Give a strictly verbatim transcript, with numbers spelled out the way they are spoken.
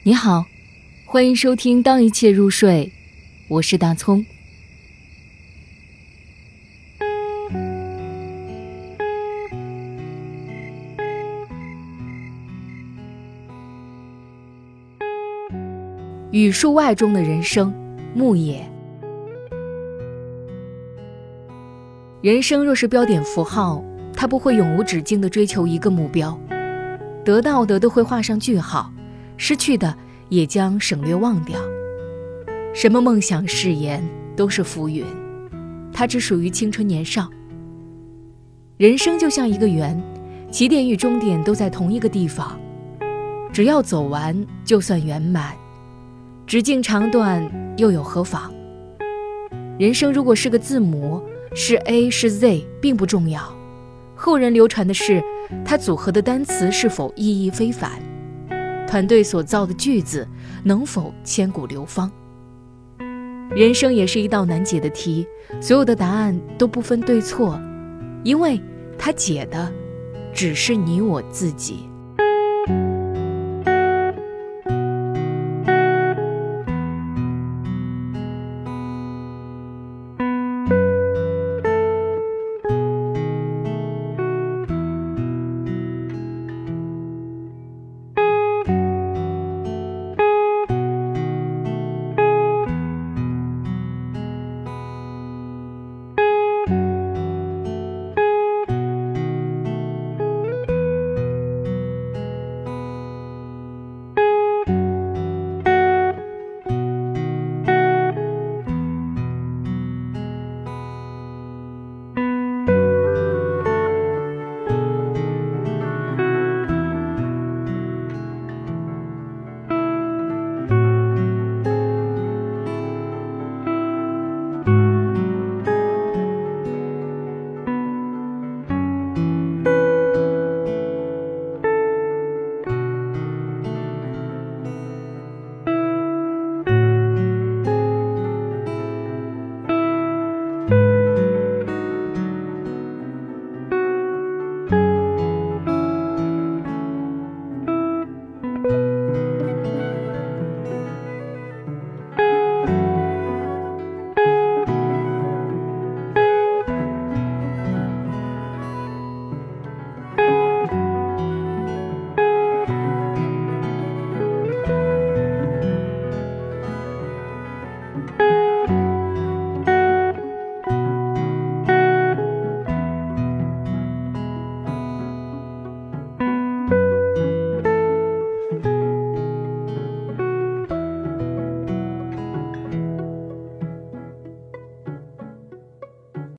你好，欢迎收听当一切入睡，我是大葱。语数外中的人生，牧野。人生若是标点符号，它不会永无止境地追求一个目标，得到的都会画上句号，失去的也将省略忘掉。什么梦想誓言都是浮云，它只属于青春年少。人生就像一个圆，起点与终点都在同一个地方，只要走完就算圆满，直径长短又有何妨？人生如果是个字母，是 A 是 Z 并不重要，后人流传的是它组合的单词是否意义非凡，团队所造的句子能否千古流芳。人生也是一道难解的题，所有的答案都不分对错，因为它解的只是你我自己。